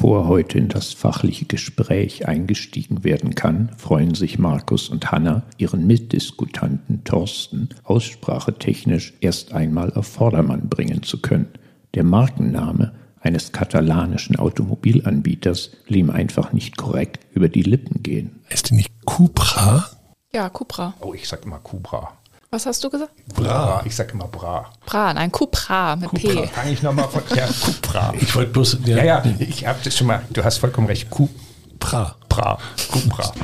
Bevor heute in das fachliche Gespräch eingestiegen werden kann, freuen sich Markus und Hanna, ihren Mitdiskutanten Thorsten aussprachetechnisch erst einmal auf Vordermann bringen zu können. Der Markenname eines katalanischen Automobilanbieters will ihm einfach nicht korrekt über die Lippen gehen. Ist die nicht Cupra? Ja, Cupra. Oh, ich sag immer Cupra. Was hast du gesagt? Bra. Ich sag immer Bra. Bra, nein, Cupra mit Cupra. P. Fange ich nochmal von. Ja, Cupra. Ich wollte bloß. Ja, ich hab das schon mal. Du hast vollkommen recht. Cupra. Cupra.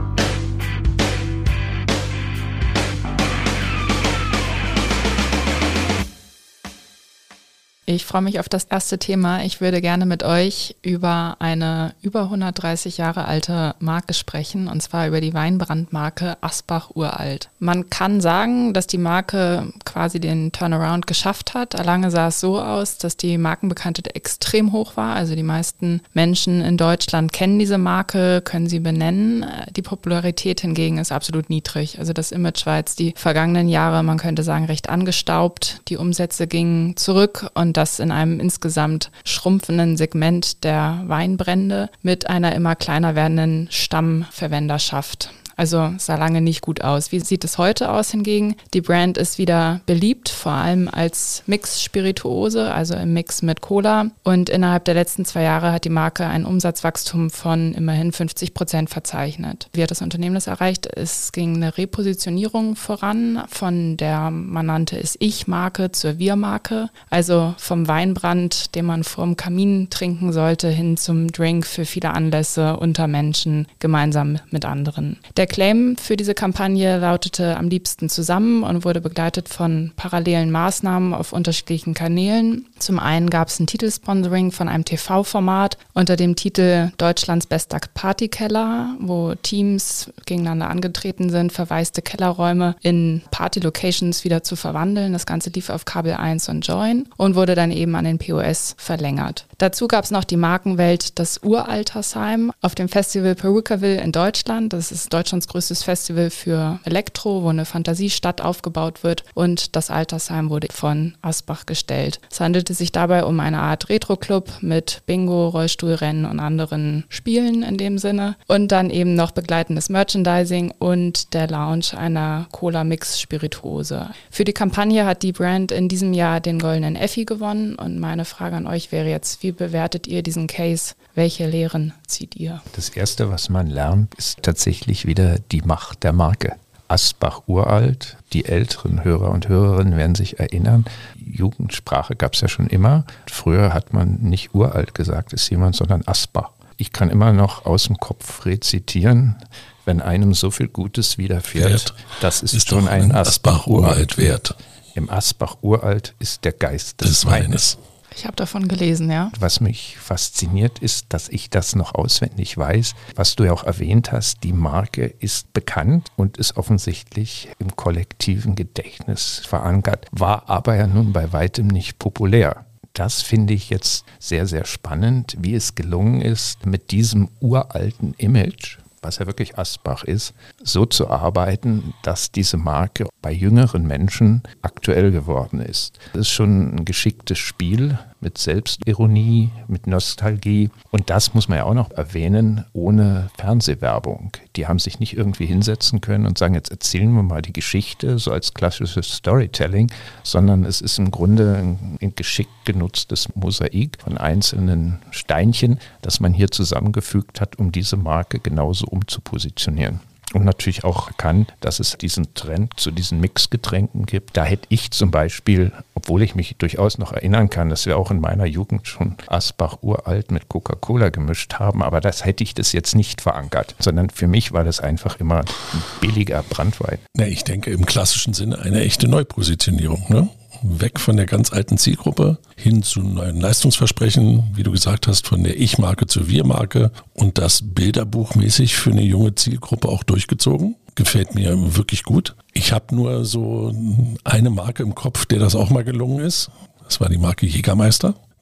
Ich freue mich auf das erste Thema. Ich würde gerne mit euch über eine über 130 Jahre alte Marke sprechen, und zwar über die Weinbrandmarke Asbach Uralt. Man kann sagen, dass die Marke quasi den Turnaround geschafft hat. Lange sah es so aus, dass die Markenbekanntheit extrem hoch war. Also die meisten Menschen in Deutschland kennen diese Marke, können sie benennen. Die Popularität hingegen ist absolut niedrig. Also das Image war jetzt die vergangenen Jahre, man könnte sagen, recht angestaubt. Die Umsätze gingen zurück und das in einem insgesamt schrumpfenden Segment der Weinbrände mit einer immer kleiner werdenden Stammverwenderschaft. Also sah lange nicht gut aus. Wie sieht es heute aus hingegen? Die Brand ist wieder beliebt, vor allem als Mix-Spirituose, also im Mix mit Cola. Und innerhalb der letzten 2 Jahre hat die Marke ein Umsatzwachstum von immerhin 50% verzeichnet. Wie hat das Unternehmen das erreicht? Es ging eine Repositionierung voran von der, man nannte es Ich-Marke zur Wir-Marke. Also vom Weinbrand, den man vorm Kamin trinken sollte, hin zum Drink für viele Anlässe unter Menschen, gemeinsam mit anderen. Der Claim für diese Kampagne lautete am liebsten zusammen und wurde begleitet von parallelen Maßnahmen auf unterschiedlichen Kanälen. Zum einen gab es ein Titelsponsoring von einem TV-Format unter dem Titel Deutschlands bester Partykeller, wo Teams gegeneinander angetreten sind, verwaiste Kellerräume in Party-Locations wieder zu verwandeln. Das Ganze lief auf Kabel 1 und Join und wurde dann eben an den POS verlängert. Dazu gab es noch die Markenwelt das Uraltersheim auf dem Festival Perukaville in Deutschland. Das ist Deutschlands größtes Festival für Elektro, wo eine Fantasiestadt aufgebaut wird, und das Altersheim wurde von Asbach gestellt. Es handelte sich dabei um eine Art Retro-Club mit Bingo, Rollstuhlrennen und anderen Spielen in dem Sinne und dann eben noch begleitendes Merchandising und der Launch einer Cola-Mix-Spirituose. Für die Kampagne hat die Brand in diesem Jahr den Goldenen Effi gewonnen, und meine Frage an euch wäre jetzt, wie bewertet ihr diesen Case? Welche Lehren zieht ihr? Das Erste, was man lernt, ist tatsächlich wieder die Macht der Marke. Asbach Uralt, die älteren Hörer und Hörerinnen werden sich erinnern, Jugendsprache gab es ja schon immer. Früher hat man nicht Uralt gesagt, ist jemand, sondern Asbach. Ich kann immer noch aus dem Kopf rezitieren, wenn einem so viel Gutes widerfährt, das ist schon ein Asbach Uralt wert. Im Asbach Uralt ist der Geist des Weines. Ich habe davon gelesen, ja. Was mich fasziniert ist, dass ich das noch auswendig weiß. Was du ja auch erwähnt hast, die Marke ist bekannt und ist offensichtlich im kollektiven Gedächtnis verankert, war aber ja nun bei weitem nicht populär. Das finde ich jetzt sehr, sehr spannend, wie es gelungen ist, mit diesem uralten Image, was ja wirklich Asbach ist, so zu arbeiten, dass diese Marke bei jüngeren Menschen aktuell geworden ist. Das ist schon ein geschicktes Spiel mit Selbstironie, mit Nostalgie, und das muss man ja auch noch erwähnen, ohne Fernsehwerbung. Die haben sich nicht irgendwie hinsetzen können und sagen, jetzt erzählen wir mal die Geschichte, so als klassisches Storytelling, sondern es ist im Grunde ein geschickt genutztes Mosaik von einzelnen Steinchen, das man hier zusammengefügt hat, um diese Marke genauso umzupositionieren. Und natürlich auch erkannt, dass es diesen Trend zu diesen Mixgetränken gibt. Da hätte ich zum Beispiel, obwohl ich mich durchaus noch erinnern kann, dass wir auch in meiner Jugend schon Asbach Uralt mit Coca-Cola gemischt haben, aber das hätte ich das jetzt nicht verankert, sondern für mich war das einfach immer ein billiger Brandwein. Na, ich denke im klassischen Sinne eine echte Neupositionierung, ne? Weg von der ganz alten Zielgruppe hin zu neuen Leistungsversprechen, wie du gesagt hast, von der Ich-Marke zur Wir-Marke, und das bilderbuchmäßig für eine junge Zielgruppe auch durchgezogen. Gefällt mir wirklich gut. Ich habe nur so eine Marke im Kopf, der das auch mal gelungen ist. Das war die Marke Jägermeister.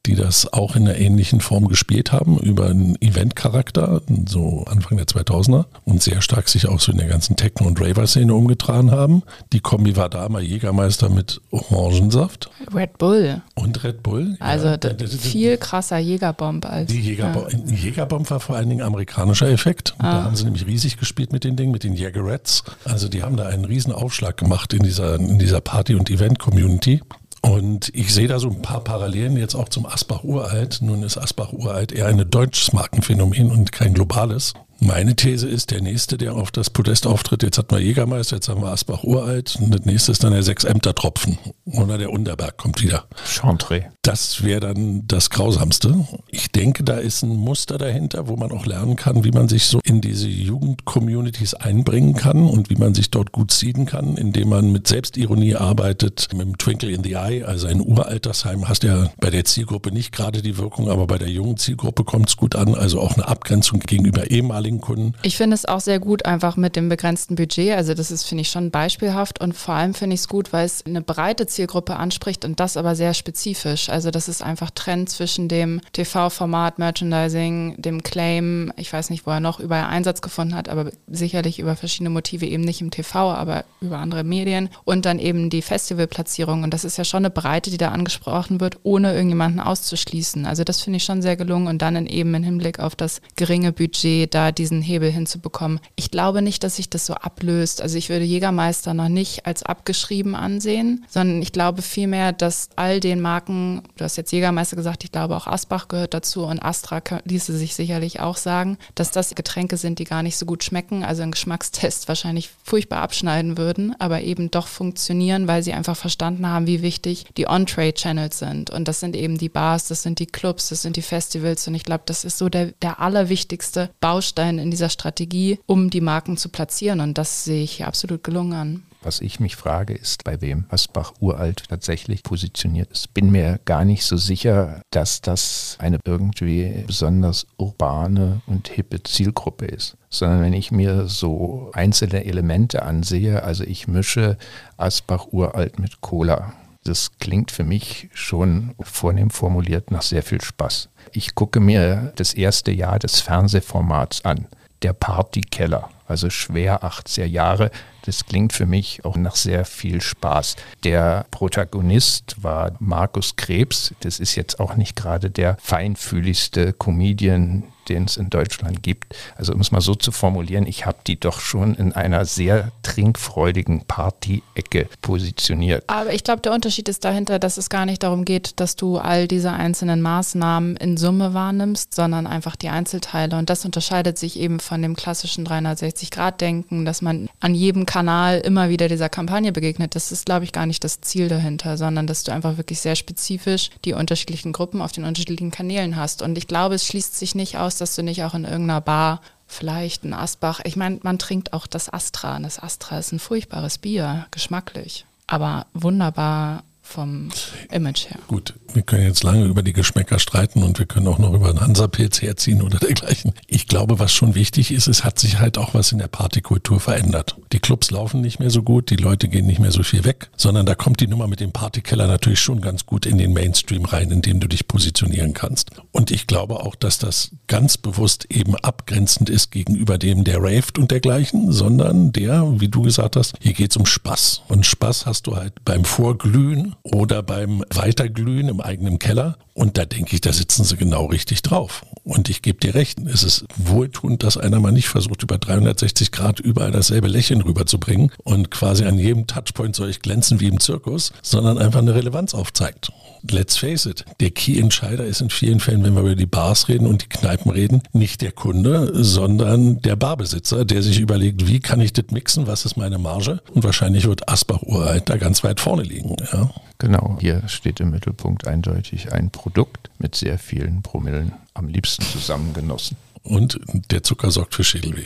die das auch in einer ähnlichen Form gespielt haben, über einen Event-Charakter, so Anfang der 2000er und sehr stark sich auch so in der ganzen Techno- und Raver-Szene umgetragen haben. Die Kombi war da mal Jägermeister mit Orangensaft. Red Bull. Und Red Bull. Also viel krasser Jägerbomb als... Die Jägerbomb war vor allen Dingen amerikanischer Effekt. Da haben sie nämlich riesig gespielt mit den Dingen, mit den Jägerettes. Also die haben da einen riesen Aufschlag gemacht in dieser Party- und Event-Community. Und ich sehe da so ein paar Parallelen jetzt auch zum Asbach Uralt. Nun ist Asbach Uralt eher ein deutsches Markenphänomen und kein globales. Meine These ist, der Nächste, der auf das Podest auftritt, jetzt hatten wir Jägermeister, jetzt haben wir Asbach Uralt und das nächste ist dann der 6-Ämter-Tropfen oder der Unterberg kommt wieder. Chantre. Das wäre dann das Grausamste. Ich denke, da ist ein Muster dahinter, wo man auch lernen kann, wie man sich so in diese Jugend-Communities einbringen kann und wie man sich dort gut seeden kann, indem man mit Selbstironie arbeitet, mit dem Twinkle in the Eye, also ein Uraltersheim hast ja bei der Zielgruppe nicht gerade die Wirkung, aber bei der jungen Zielgruppe kommt es gut an, also auch eine Abgrenzung gegenüber ehemaligen Kunden. Ich finde es auch sehr gut, einfach mit dem begrenzten Budget. Also das ist, finde ich, schon beispielhaft und vor allem finde ich es gut, weil es eine breite Zielgruppe anspricht und das aber sehr spezifisch. Also das ist einfach Trend zwischen dem TV-Format, Merchandising, dem Claim, ich weiß nicht, wo er noch überall Einsatz gefunden hat, aber sicherlich über verschiedene Motive, eben nicht im TV, aber über andere Medien und dann eben die Festivalplatzierung und das ist ja schon eine Breite, die da angesprochen wird, ohne irgendjemanden auszuschließen. Also das finde ich schon sehr gelungen und dann eben im Hinblick auf das geringe Budget da diesen Hebel hinzubekommen. Ich glaube nicht, dass sich das so ablöst. Also ich würde Jägermeister noch nicht als abgeschrieben ansehen, sondern ich glaube vielmehr, dass all den Marken, du hast jetzt Jägermeister gesagt, ich glaube auch Asbach gehört dazu und Astra ließe sich sicherlich auch sagen, dass das Getränke sind, die gar nicht so gut schmecken, also ein Geschmackstest wahrscheinlich furchtbar abschneiden würden, aber eben doch funktionieren, weil sie einfach verstanden haben, wie wichtig die On-Trade-Channels sind. Und das sind eben die Bars, das sind die Clubs, das sind die Festivals und ich glaube, das ist so der allerwichtigste Baustein in dieser Strategie, um die Marken zu platzieren und das sehe ich hier absolut gelungen an. Was ich mich frage, ist, bei wem Asbach Uralt tatsächlich positioniert ist. Bin mir gar nicht so sicher, dass das eine irgendwie besonders urbane und hippe Zielgruppe ist. Sondern wenn ich mir so einzelne Elemente ansehe, also ich mische Asbach Uralt mit Cola. Das klingt für mich schon vornehm formuliert nach sehr viel Spaß. Ich gucke mir das erste Jahr des Fernsehformats an, der Partykeller, also schwer 80er Jahre. Das klingt für mich auch nach sehr viel Spaß. Der Protagonist war Markus Krebs. Das ist jetzt auch nicht gerade der feinfühligste Comedian, den es in Deutschland gibt. Also um es mal so zu formulieren, ich habe die doch schon in einer sehr trinkfreudigen Party-Ecke positioniert. Aber ich glaube, der Unterschied ist dahinter, dass es gar nicht darum geht, dass du all diese einzelnen Maßnahmen in Summe wahrnimmst, sondern einfach die Einzelteile. Und das unterscheidet sich eben von dem klassischen 360-Grad-Denken, dass man an jedem Kanal immer wieder dieser Kampagne begegnet. Das ist, glaube ich, gar nicht das Ziel dahinter, sondern dass du einfach wirklich sehr spezifisch die unterschiedlichen Gruppen auf den unterschiedlichen Kanälen hast. Und ich glaube, es schließt sich nicht aus, dass du nicht auch in irgendeiner Bar vielleicht ein Asbach, ich meine, man trinkt auch das Astra. Und das Astra ist ein furchtbares Bier, geschmacklich, aber wunderbar vom Image her. Gut, wir können jetzt lange über die Geschmäcker streiten und wir können auch noch über einen Hansa-Pilz herziehen oder dergleichen. Ich glaube, was schon wichtig ist, es hat sich halt auch was in der Partykultur verändert. Die Clubs laufen nicht mehr so gut, die Leute gehen nicht mehr so viel weg, sondern da kommt die Nummer mit dem Partykeller natürlich schon ganz gut in den Mainstream rein, in dem du dich positionieren kannst. Und ich glaube auch, dass das ganz bewusst eben abgrenzend ist gegenüber dem, der raved und dergleichen, sondern der, wie du gesagt hast, hier geht's um Spaß. Und Spaß hast du halt beim Vorglühen oder beim Weiterglühen im eigenen Keller. Und da denke ich, da sitzen sie genau richtig drauf. Und ich gebe dir recht, es ist wohltuend, dass einer mal nicht versucht, über 360 Grad überall dasselbe Lächeln rüberzubringen und quasi an jedem Touchpoint soll ich glänzen wie im Zirkus, sondern einfach eine Relevanz aufzeigt. Let's face it, der Key-Entscheider ist in vielen Fällen, wenn wir über die Bars reden und die Kneipen reden, nicht der Kunde, sondern der Barbesitzer, der sich überlegt, wie kann ich das mixen, was ist meine Marge? Und wahrscheinlich wird Asbach Uralt da ganz weit vorne liegen. Ja. Genau, hier steht im Mittelpunkt eindeutig ein Produkt mit sehr vielen Promillen, am liebsten zusammengenossen. Und der Zucker sorgt für Schädelweh.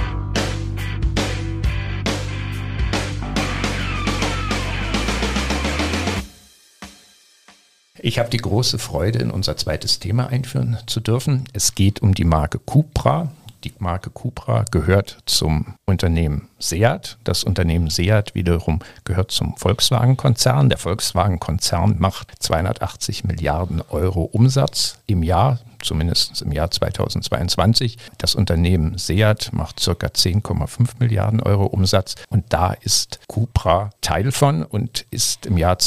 Ich habe die große Freude, in unser zweites Thema einführen zu dürfen. Es geht um die Marke Cupra. Die Marke Cupra gehört zum Unternehmen Seat. Das Unternehmen Seat wiederum gehört zum Volkswagen-Konzern. Der Volkswagen-Konzern macht 280 Milliarden Euro Umsatz im Jahr, zumindest im Jahr 2022. Das Unternehmen Seat macht ca. 10,5 Milliarden Euro Umsatz und da ist Cupra Teil von und ist im Jahr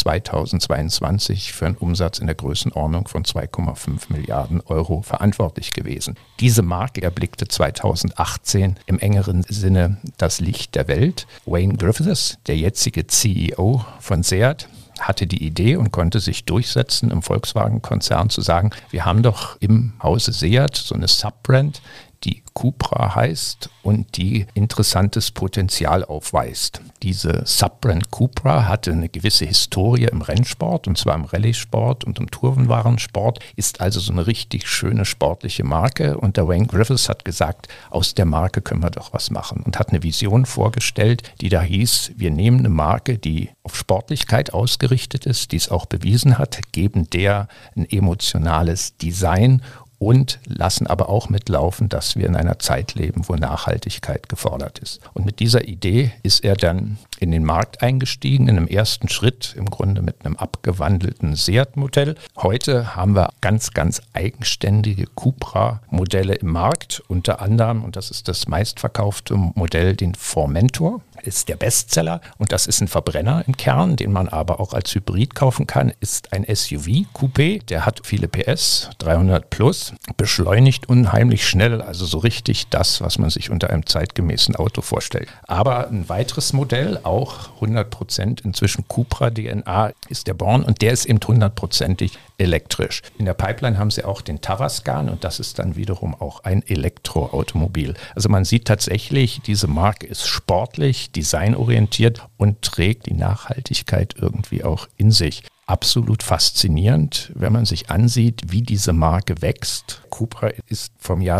2022 für einen Umsatz in der Größenordnung von 2,5 Milliarden Euro verantwortlich gewesen. Diese Marke erblickte 2018 im engeren Sinne das Licht der Welt. Wayne Griffiths, der jetzige CEO von Seat, hatte die Idee und konnte sich durchsetzen im Volkswagen-Konzern zu sagen, wir haben doch im Hause Seat so eine Subbrand, die Cupra heißt und die interessantes Potenzial aufweist. Diese Subbrand Cupra hatte eine gewisse Historie im Rennsport, und zwar im Rallye-Sport und im Tourenwarensport, ist also so eine richtig schöne sportliche Marke. Und der Wayne Griffiths hat gesagt, aus der Marke können wir doch was machen und hat eine Vision vorgestellt, die da hieß, wir nehmen eine Marke, die auf Sportlichkeit ausgerichtet ist, die es auch bewiesen hat, geben der ein emotionales Design und lassen aber auch mitlaufen, dass wir in einer Zeit leben, wo Nachhaltigkeit gefordert ist. Und mit dieser Idee ist er dann in den Markt eingestiegen, in einem ersten Schritt im Grunde mit einem abgewandelten Seat-Modell. Heute haben wir ganz, ganz eigenständige Cupra-Modelle im Markt, unter anderem, und das ist das meistverkaufte Modell, den Formentor. Ist der Bestseller und das ist ein Verbrenner im Kern, den man aber auch als Hybrid kaufen kann, ist ein SUV-Coupé, der hat viele PS, 300 plus, beschleunigt unheimlich schnell, also so richtig das, was man sich unter einem zeitgemäßen Auto vorstellt. Aber ein weiteres Modell, auch 100% inzwischen Cupra-DNA, ist der Born und der ist eben 100%ig elektrisch. In der Pipeline haben sie auch den Tavascan und das ist dann wiederum auch ein Elektroautomobil. Also man sieht tatsächlich, diese Marke ist sportlich, designorientiert und trägt die Nachhaltigkeit irgendwie auch in sich. Absolut faszinierend, wenn man sich ansieht, wie diese Marke wächst. Cupra ist vom Jahr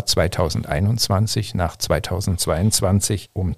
2021 nach 2022 um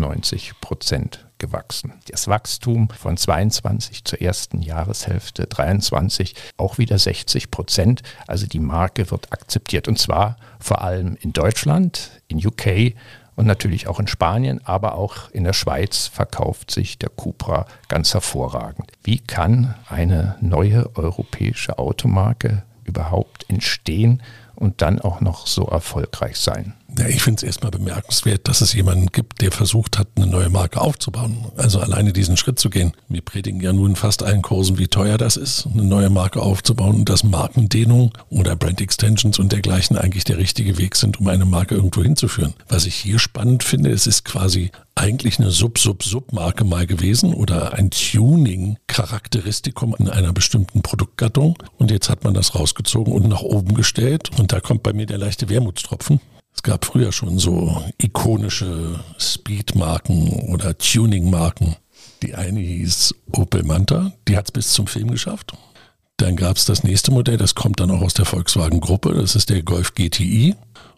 93% gewachsen. Das Wachstum von 22 zur ersten Jahreshälfte 23 auch wieder 60%. Also die Marke wird akzeptiert und zwar vor allem in Deutschland, in UK und natürlich auch in Spanien, aber auch in der Schweiz verkauft sich der Cupra ganz hervorragend. Wie kann eine neue europäische Automarke überhaupt entstehen und dann auch noch so erfolgreich sein? Ja, ich finde es erstmal bemerkenswert, dass es jemanden gibt, der versucht hat, eine neue Marke aufzubauen. Also alleine diesen Schritt zu gehen. Wir predigen ja nun in fast allen Kursen, wie teuer das ist, eine neue Marke aufzubauen und dass Markendehnung oder Brand Extensions und dergleichen eigentlich der richtige Weg sind, um eine Marke irgendwo hinzuführen. Was ich hier spannend finde, es ist quasi eigentlich eine Sub-Marke mal gewesen oder ein Tuning-Charakteristikum in einer bestimmten Produktgattung. Und jetzt hat man das rausgezogen und nach oben gestellt. Und da kommt bei mir der leichte Wermutstropfen. Es gab früher schon so ikonische Speed-Marken oder Tuning-Marken. Die eine hieß Opel Manta, die hat es bis zum Film geschafft. Dann gab es das nächste Modell, das kommt dann auch aus der Volkswagen-Gruppe, das ist der Golf GTI.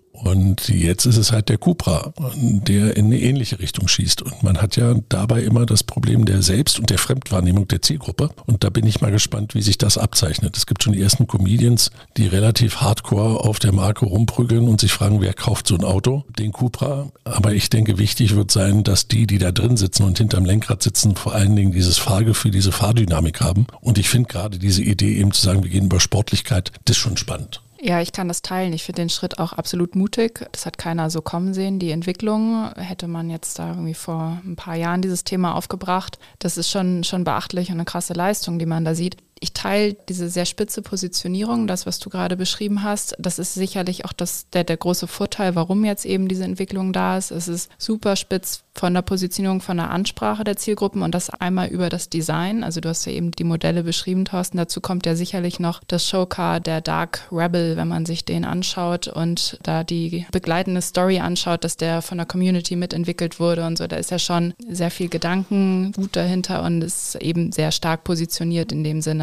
Und jetzt ist es halt der Cupra, der in eine ähnliche Richtung schießt. Und man hat ja dabei immer das Problem der Selbst- und der Fremdwahrnehmung der Zielgruppe. Und da bin ich mal gespannt, wie sich das abzeichnet. Es gibt schon die ersten Comedians, die relativ hardcore auf der Marke rumprügeln und sich fragen, wer kauft so ein Auto? Den Cupra. Aber ich denke, wichtig wird sein, dass die da drin sitzen und hinterm Lenkrad sitzen, vor allen Dingen dieses Fahrgefühl, diese Fahrdynamik haben. Und ich finde gerade diese Idee eben zu sagen, wir gehen über Sportlichkeit, das ist schon spannend. Ja, ich kann das teilen. Ich finde den Schritt auch absolut mutig. Das hat keiner so kommen sehen. Die Entwicklung hätte man jetzt da irgendwie vor ein paar Jahren dieses Thema aufgebracht. Das ist schon beachtlich und eine krasse Leistung, die man da sieht. Ich teile diese sehr spitze Positionierung, das, was du gerade beschrieben hast. Das ist sicherlich auch der große Vorteil, warum jetzt eben diese Entwicklung da ist. Es ist super spitz von der Positionierung, von der Ansprache der Zielgruppen und das einmal über das Design. Also du hast ja eben die Modelle beschrieben, Thorsten. Dazu kommt ja sicherlich noch das Showcar, der Dark Rebel, wenn man sich den anschaut und da die begleitende Story anschaut, dass der von der Community mitentwickelt wurde und so. Da ist ja schon sehr viel Gedankengut dahinter und ist eben sehr stark positioniert in dem Sinne.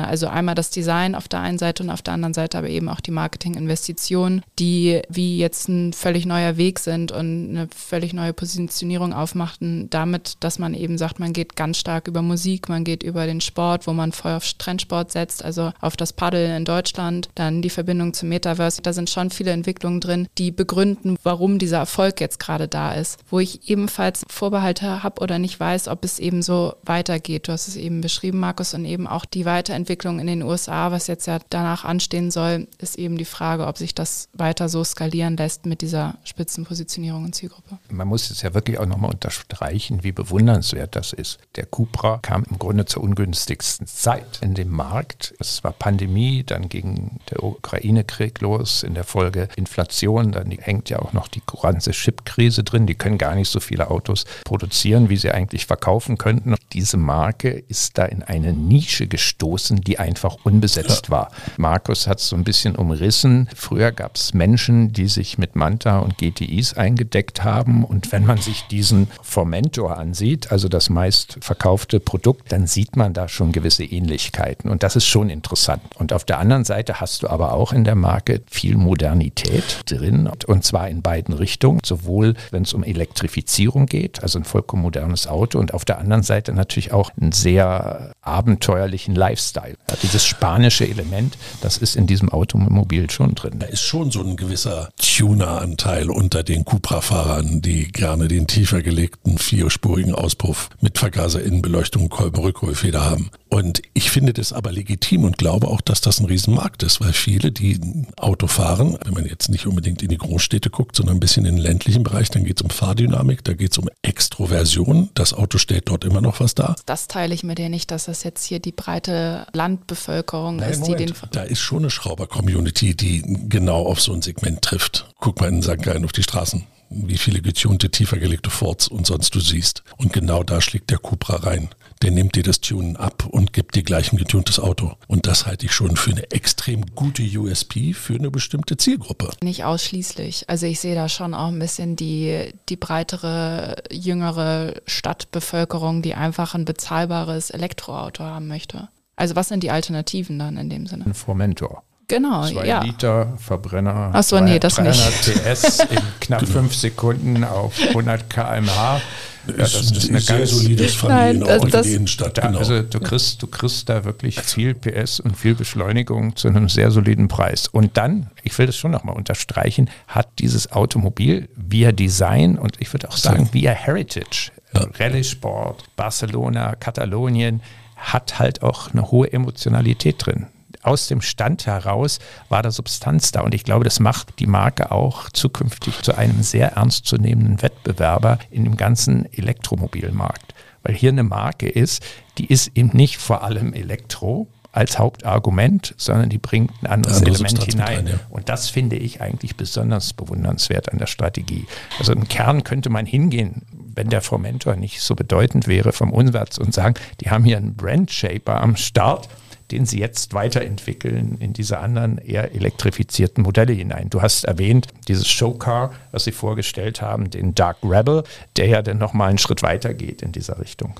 Ebene. Also einmal das Design auf der einen Seite und auf der anderen Seite aber eben auch die Marketinginvestitionen, die wie jetzt ein völlig neuer Weg sind und eine völlig neue Positionierung aufmachten, damit, dass man eben sagt, man geht ganz stark über Musik, man geht über den Sport, wo man voll auf Trendsport setzt, also auf das Paddel in Deutschland, dann die Verbindung zum Metaverse. Da sind schon viele Entwicklungen drin, die begründen, warum dieser Erfolg jetzt gerade da ist. Wo ich ebenfalls Vorbehalte habe oder nicht weiß, ob es eben so weitergeht. Du hast es eben beschrieben, Markus, und eben auch die Weiterentwicklung in den USA, was jetzt ja danach anstehen soll, ist eben die Frage, ob sich das weiter so skalieren lässt mit dieser Spitzenpositionierung und Zielgruppe. Man muss es ja wirklich auch nochmal unterstreichen, wie bewundernswert das ist. Der Cupra kam im Grunde zur ungünstigsten Zeit in dem Markt. Es war Pandemie, dann ging der Ukraine-Krieg los, in der Folge Inflation, dann hängt ja auch noch die ganze Chip-Krise drin. Die können gar nicht so viele Autos produzieren, wie sie eigentlich verkaufen könnten. Diese Marke ist da in eine Nische gestoßen, die einfach unbesetzt war. Markus hat es so ein bisschen umrissen. Früher gab es Menschen, die sich mit Manta und GTIs eingedeckt haben. Und wenn man sich diesen Formentor ansieht, also das meistverkaufte Produkt, dann sieht man da schon gewisse Ähnlichkeiten. Und das ist schon interessant. Und auf der anderen Seite hast du aber auch in der Marke viel Modernität drin. Und zwar in beiden Richtungen. Sowohl wenn es um Elektrifizierung geht, also ein vollkommen modernes Auto, und auf der anderen Seite natürlich auch einen sehr abenteuerlichen Lifestyle. Ja, dieses spanische Element, das ist in diesem Automobil schon drin. Da ist schon so ein gewisser Tuner-Anteil unter den Cupra-Fahrern, die gerne den tiefer gelegten vierspurigen Auspuff mit Vergaserinnenbeleuchtung und Kolbenrückrollfeder haben. Und ich finde das aber legitim und glaube auch, dass das ein Riesenmarkt ist, weil viele, die Auto fahren, wenn man jetzt nicht unbedingt in die Großstädte guckt, sondern ein bisschen in den ländlichen Bereich, dann geht es um Fahrdynamik, da geht es um Extroversion. Das Auto stellt dort immer noch was dar. Das teile ich mit dir nicht, dass das jetzt hier die breite Landbevölkerung Nein, ist, Moment. die den... Da ist schon eine Schrauber-Community, die genau auf so ein Segment trifft. Guck mal in St. Gallen auf die Straßen, wie viele getunte, tiefer gelegte Fords und sonst du siehst. Und genau da schlägt der Cupra rein. Der nimmt dir das Tunen ab und gibt dir gleich ein getuntes Auto. Und das halte ich schon für eine extrem gute USP für eine bestimmte Zielgruppe. Nicht ausschließlich. Also ich sehe da schon auch ein bisschen die breitere, jüngere Stadtbevölkerung, die einfach ein bezahlbares Elektroauto haben möchte. Also was sind die Alternativen dann in dem Sinne? Ein Formentor. Genau, 2 ja. Liter Verbrenner, Ach so, nee, das 300 nicht. PS in knapp 5 Sekunden auf 100 km/h. Ja, das ist eine sehr ganz solides Familienauto für die Innenstadt. Genau. Also du kriegst da wirklich viel PS und viel Beschleunigung zu einem sehr soliden Preis. Und dann, ich will das schon nochmal unterstreichen, hat dieses Automobil via Design und ich würde auch sagen via Heritage, Rallye Sport, Barcelona, Katalonien, hat halt auch eine hohe Emotionalität drin. Aus dem Stand heraus war da Substanz da und ich glaube, das macht die Marke auch zukünftig zu einem sehr ernstzunehmenden Wettbewerber in dem ganzen Elektromobilmarkt. Weil hier eine Marke ist, die ist eben nicht vor allem Elektro als Hauptargument, sondern die bringt ein anderes Element hinein. Ja. Und das finde ich eigentlich besonders bewundernswert an der Strategie. Also im Kern könnte man hingehen, wenn der Formentor nicht so bedeutend wäre vom Umsatz und sagen, die haben hier einen Brandshaper am Start, den sie jetzt weiterentwickeln in diese anderen eher elektrifizierten Modelle hinein. Du hast erwähnt, dieses Showcar, was sie vorgestellt haben, den Dark Rebel, der ja dann nochmal einen Schritt weiter geht in dieser Richtung.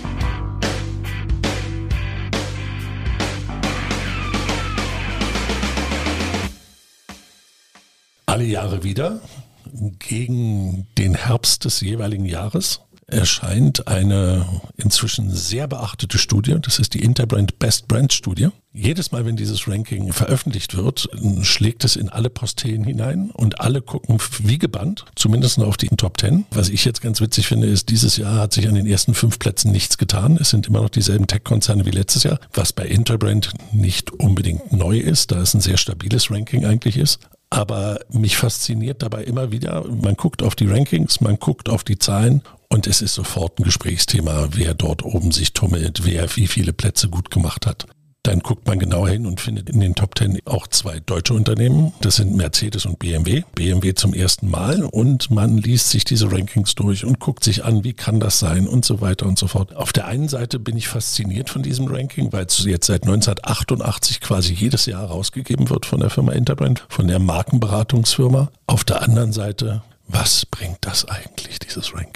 Alle Jahre wieder, gegen den Herbst des jeweiligen Jahres, erscheint eine inzwischen sehr beachtete Studie, das ist die Interbrand Best Brand Studie. Jedes Mal, wenn dieses Ranking veröffentlicht wird, schlägt es in alle Postelen hinein und alle gucken wie gebannt, zumindest auf die Top 10. Was ich jetzt ganz witzig finde, ist, dieses Jahr hat sich an den ersten 5 Plätzen nichts getan. Es sind immer noch dieselben Tech-Konzerne wie letztes Jahr, was bei Interbrand nicht unbedingt neu ist, da es ein sehr stabiles Ranking eigentlich ist. Aber mich fasziniert dabei immer wieder, man guckt auf die Rankings, man guckt auf die Zahlen und es ist sofort ein Gesprächsthema, wer dort oben sich tummelt, wer wie viele Plätze gut gemacht hat. Dann guckt man genauer hin und findet in den Top 10 auch 2 deutsche Unternehmen. Das sind Mercedes und BMW. BMW zum ersten Mal und man liest sich diese Rankings durch und guckt sich an, wie kann das sein und so weiter und so fort. Auf der einen Seite bin ich fasziniert von diesem Ranking, weil es jetzt seit 1988 quasi jedes Jahr rausgegeben wird von der Firma Interbrand, von der Markenberatungsfirma. Auf der anderen Seite, was bringt das eigentlich, dieses Ranking?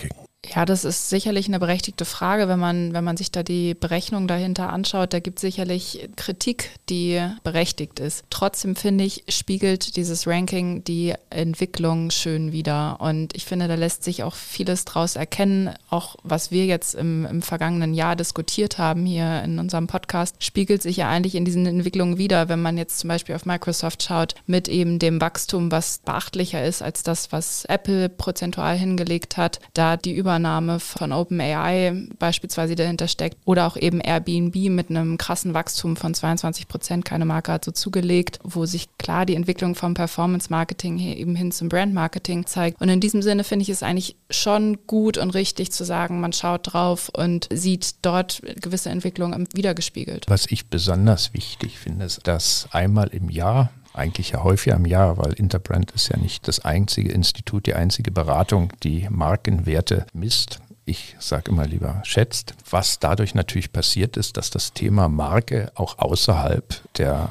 Ja, das ist sicherlich eine berechtigte Frage, wenn man sich da die Berechnung dahinter anschaut. Da gibt es sicherlich Kritik, die berechtigt ist. Trotzdem finde ich, spiegelt dieses Ranking die Entwicklung schön wider. Und ich finde, da lässt sich auch vieles draus erkennen. Auch was wir jetzt im vergangenen Jahr diskutiert haben hier in unserem Podcast, spiegelt sich ja eigentlich in diesen Entwicklungen wider. Wenn man jetzt zum Beispiel auf Microsoft schaut, mit eben dem Wachstum, was beachtlicher ist als das, was Apple prozentual hingelegt hat, da die Übernahme von OpenAI beispielsweise dahinter steckt oder auch eben Airbnb mit einem krassen Wachstum von 22%, keine Marke hat so zugelegt, wo sich klar die Entwicklung vom Performance-Marketing eben hin zum Brand-Marketing zeigt. Und in diesem Sinne finde ich es eigentlich schon gut und richtig zu sagen, man schaut drauf und sieht dort gewisse Entwicklungen wiedergespiegelt. Was ich besonders wichtig finde, ist, dass einmal im Jahr, eigentlich ja häufiger im Jahr, weil Interbrand ist ja nicht das einzige Institut, die einzige Beratung, die Markenwerte misst. Ich sage immer lieber schätzt. Was dadurch natürlich passiert ist, dass das Thema Marke auch außerhalb der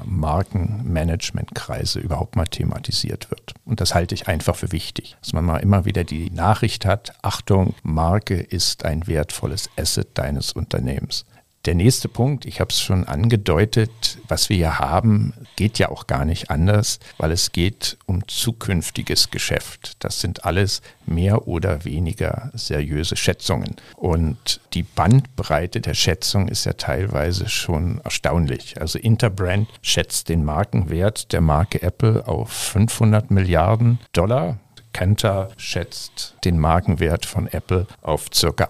Markenmanagementkreise überhaupt mal thematisiert wird. Und das halte ich einfach für wichtig, dass man mal immer wieder die Nachricht hat, Achtung, Marke ist ein wertvolles Asset deines Unternehmens. Der nächste Punkt, ich habe es schon angedeutet, was wir hier haben, geht ja auch gar nicht anders, weil es geht um zukünftiges Geschäft. Das sind alles mehr oder weniger seriöse Schätzungen. Und die Bandbreite der Schätzung ist ja teilweise schon erstaunlich. Also Interbrand schätzt den Markenwert der Marke Apple auf 500 Milliarden $. Kantar schätzt den Markenwert von Apple auf ca.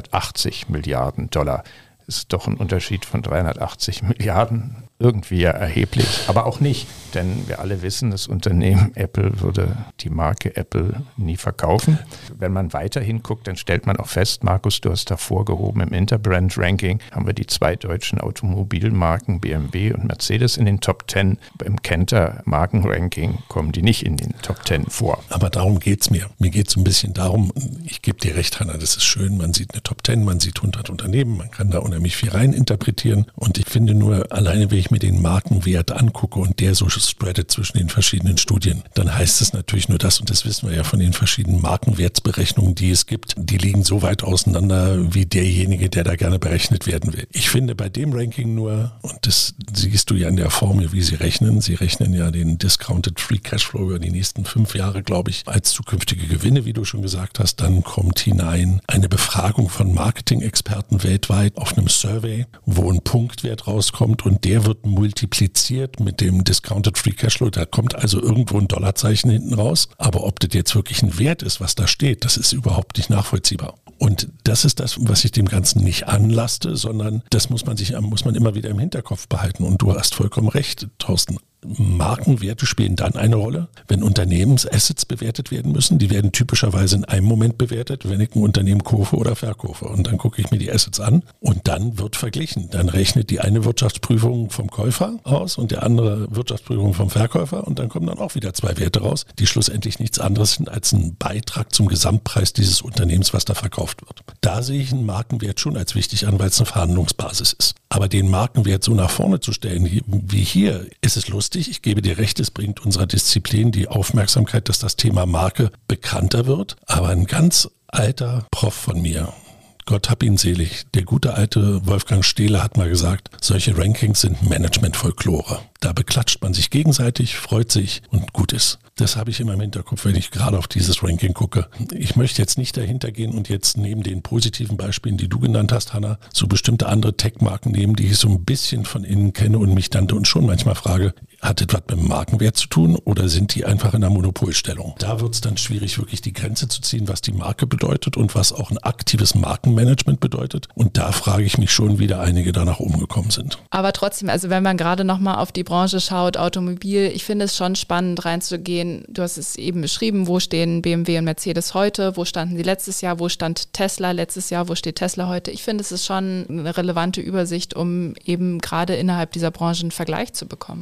880 Milliarden $. Ist doch ein Unterschied von 380 Milliarden, irgendwie ja erheblich, aber auch nicht, denn wir alle wissen, das Unternehmen Apple würde die Marke Apple nie verkaufen. Wenn man weiterhin guckt, dann stellt man auch fest, Markus, du hast hervorgehoben, im Interbrand-Ranking haben wir die 2 deutschen Automobilmarken BMW und Mercedes in den Top 10. Beim Kantar-Markenranking kommen die nicht in den Top 10 vor. Aber darum geht es mir. Mir geht es so ein bisschen darum, ich gebe dir recht, Hanna, das ist schön, man sieht eine Top 10, man sieht 100 Unternehmen, man kann da unheimlich viel rein interpretieren und ich finde nur, alleine wenn ich mir den Markenwert angucke und der so spreadet zwischen den verschiedenen Studien, dann heißt es natürlich nur das, und das wissen wir ja von den verschiedenen Markenwertsberechnungen, die es gibt, die liegen so weit auseinander wie derjenige, der da gerne berechnet werden will. Ich finde bei dem Ranking nur, und das siehst du ja in der Formel, wie sie rechnen ja den Discounted Free Cashflow über die nächsten 5 Jahre, glaube ich, als zukünftige Gewinne, wie du schon gesagt hast, dann kommt hinein eine Befragung von Marketing-Experten weltweit auf einem Survey, wo ein Punktwert rauskommt und der wird multipliziert mit dem Discounted Free Cashflow. Da kommt also irgendwo ein Dollarzeichen hinten raus. Aber ob das jetzt wirklich ein Wert ist, was da steht, das ist überhaupt nicht nachvollziehbar. Und das ist das, was ich dem Ganzen nicht anlaste, sondern das muss man immer wieder im Hinterkopf behalten. Und du hast vollkommen recht, Thorsten. Markenwerte spielen dann eine Rolle, wenn Unternehmensassets bewertet werden müssen. Die werden typischerweise in einem Moment bewertet, wenn ich ein Unternehmen kaufe oder verkaufe. Und dann gucke ich mir die Assets an und dann wird verglichen. Dann rechnet die eine Wirtschaftsprüfung vom Käufer aus und der andere Wirtschaftsprüfung vom Verkäufer und dann kommen dann auch wieder 2 Werte raus, die schlussendlich nichts anderes sind als ein Beitrag zum Gesamtpreis dieses Unternehmens, was da verkauft wird. Da sehe ich einen Markenwert schon als wichtig an, weil es eine Verhandlungsbasis ist. Aber den Markenwert so nach vorne zu stellen, wie hier, ist es lustig. Ich gebe dir recht, es bringt unserer Disziplin die Aufmerksamkeit, dass das Thema Marke bekannter wird. Aber ein ganz alter Prof von mir, Gott hab ihn selig, der gute alte Wolfgang Stehle hat mal gesagt, solche Rankings sind Management-Folklore. Da beklatscht man sich gegenseitig, freut sich und gut ist. Das habe ich immer im Hinterkopf, wenn ich gerade auf dieses Ranking gucke. Ich möchte jetzt nicht dahinter gehen und jetzt neben den positiven Beispielen, die du genannt hast, Hanna, so bestimmte andere Tech-Marken nehmen, die ich so ein bisschen von innen kenne und mich dann und schon manchmal frage, hat das was mit dem Markenwert zu tun oder sind die einfach in einer Monopolstellung? Da wird es dann schwierig, wirklich die Grenze zu ziehen, was die Marke bedeutet und was auch ein aktives Markenmanagement bedeutet. Und da frage ich mich schon, wie da einige danach umgekommen sind. Aber trotzdem, also wenn man gerade nochmal auf die Branche schaut, Automobil, ich finde es schon spannend reinzugehen. Du hast es eben beschrieben, wo stehen BMW und Mercedes heute, wo standen sie letztes Jahr, wo stand Tesla letztes Jahr, wo steht Tesla heute. Ich finde, es ist schon eine relevante Übersicht, um eben gerade innerhalb dieser Branche einen Vergleich zu bekommen. Diese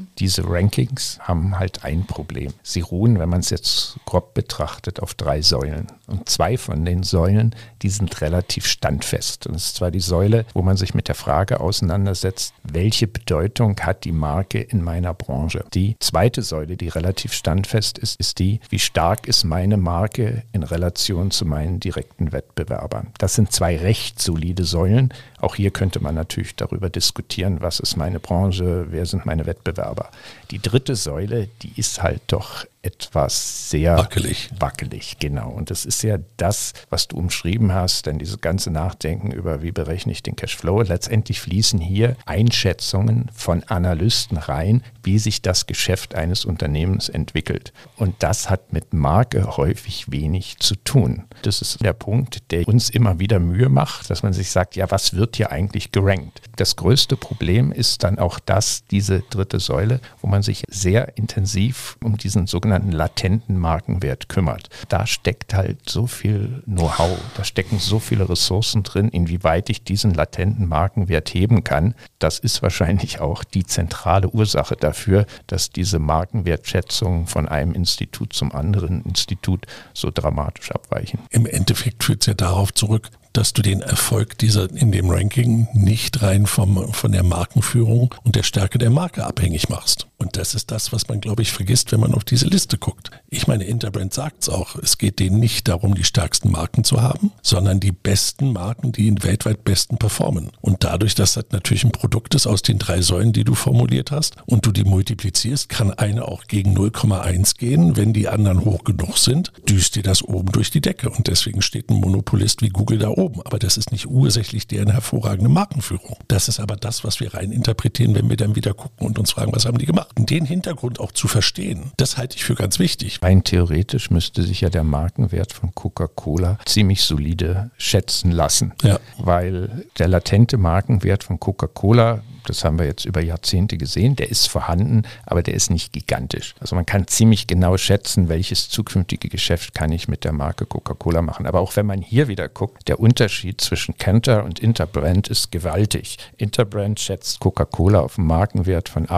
Rankings haben halt ein Problem. Sie ruhen, wenn man es jetzt grob betrachtet, auf 3 Säulen. Und 2 von den Säulen, die sind relativ standfest. Und es ist zwar die Säule, wo man sich mit der Frage auseinandersetzt, welche Bedeutung hat die Marke in meiner Branche? Die zweite Säule, die relativ standfest ist, ist die, wie stark ist meine Marke in Relation zu meinen direkten Wettbewerbern? Das sind 2 recht solide Säulen. Auch hier könnte man natürlich darüber diskutieren, was ist meine Branche, wer sind meine Wettbewerber. Die dritte Säule, die ist halt doch etwas sehr wackelig, genau. Und das ist ja das, was du umschrieben hast, denn dieses ganze Nachdenken über, wie berechne ich den Cashflow, letztendlich fließen hier Einschätzungen von Analysten rein, wie sich das Geschäft eines Unternehmens entwickelt. Und das hat mit Marke häufig wenig zu tun. Das ist der Punkt, der uns immer wieder Mühe macht, dass man sich sagt, ja, was wird hier eigentlich gerankt? Das größte Problem ist dann auch diese dritte Säule, wo man sich sehr intensiv um diesen sogenannten latenten Markenwert kümmert. Da steckt halt so viel Know-how, da stecken so viele Ressourcen drin, inwieweit ich diesen latenten Markenwert heben kann. Das ist wahrscheinlich auch die zentrale Ursache dafür, dass diese Markenwertschätzungen von einem Institut zum anderen Institut so dramatisch abweichen. Im Endeffekt führt es ja darauf zurück, dass du den Erfolg in dem Ranking nicht rein von der Markenführung und der Stärke der Marke abhängig machst. Und das ist das, was man, glaube ich, vergisst, wenn man auf diese Liste guckt. Ich meine, Interbrand sagt es auch, es geht denen nicht darum, die stärksten Marken zu haben, sondern die besten Marken, die weltweit besten performen. Und dadurch, dass das natürlich ein Produkt ist aus den 3 Säulen, die du formuliert hast, und du die multiplizierst, kann eine auch gegen 0,1 gehen. Wenn die anderen hoch genug sind, düst dir das oben durch die Decke. Und deswegen steht ein Monopolist wie Google da oben. Aber das ist nicht ursächlich deren hervorragende Markenführung. Das ist aber das, was wir rein interpretieren, wenn wir dann wieder gucken und uns fragen, was haben die gemacht? Und den Hintergrund auch zu verstehen, das halte ich für ganz wichtig. Rein theoretisch müsste sich ja der Markenwert von Coca-Cola ziemlich solide schätzen lassen. Ja. Weil der latente Markenwert von Coca-Cola, das haben wir jetzt über Jahrzehnte gesehen, der ist vorhanden, aber der ist nicht gigantisch. Also man kann ziemlich genau schätzen, welches zukünftige Geschäft kann ich mit der Marke Coca-Cola machen. Aber auch wenn man hier wieder guckt, der Unterschied zwischen Kantar und Interbrand ist gewaltig. Interbrand schätzt Coca-Cola auf einen Markenwert von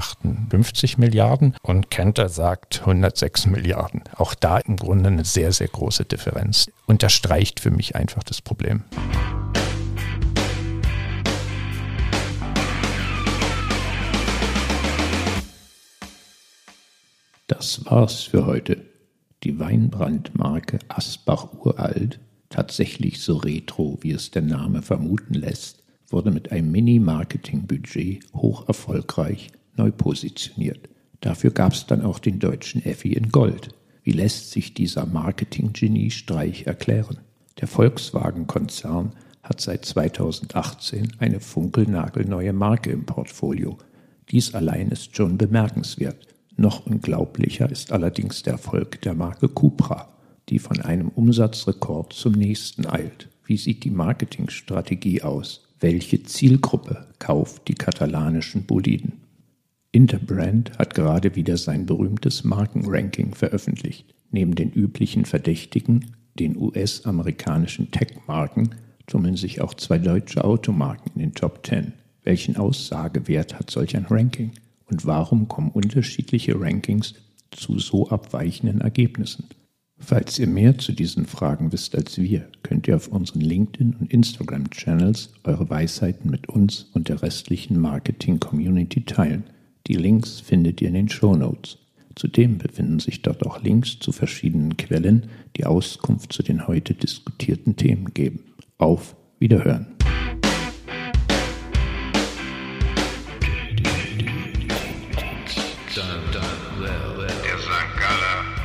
58 Milliarden und Kantar sagt 106 Milliarden. Auch da im Grunde eine sehr, sehr große Differenz. Unterstreicht für mich einfach das Problem. Das war's für heute. Die Weinbrand-Marke Asbach Uralt, tatsächlich so retro, wie es der Name vermuten lässt, wurde mit einem Mini-Marketing-Budget hoch erfolgreich neu positioniert. Dafür gab es dann auch den deutschen Effi in Gold. Wie lässt sich dieser Marketing-Genie-Streich erklären? Der Volkswagen-Konzern hat seit 2018 eine funkelnagelneue Marke im Portfolio. Dies allein ist schon bemerkenswert. Noch unglaublicher ist allerdings der Erfolg der Marke Cupra, die von einem Umsatzrekord zum nächsten eilt. Wie sieht die Marketingstrategie aus? Welche Zielgruppe kauft die katalanischen Boliden? Interbrand hat gerade wieder sein berühmtes Markenranking veröffentlicht. Neben den üblichen Verdächtigen, den US-amerikanischen Tech-Marken, tummeln sich auch 2 deutsche Automarken in den Top 10. Welchen Aussagewert hat solch ein Ranking? Und warum kommen unterschiedliche Rankings zu so abweichenden Ergebnissen? Falls ihr mehr zu diesen Fragen wisst als wir, könnt ihr auf unseren LinkedIn- und Instagram-Channels eure Weisheiten mit uns und der restlichen Marketing-Community teilen. Die Links findet ihr in den Shownotes. Zudem befinden sich dort auch Links zu verschiedenen Quellen, die Auskunft zu den heute diskutierten Themen geben. Auf Wiederhören! Der St. Galler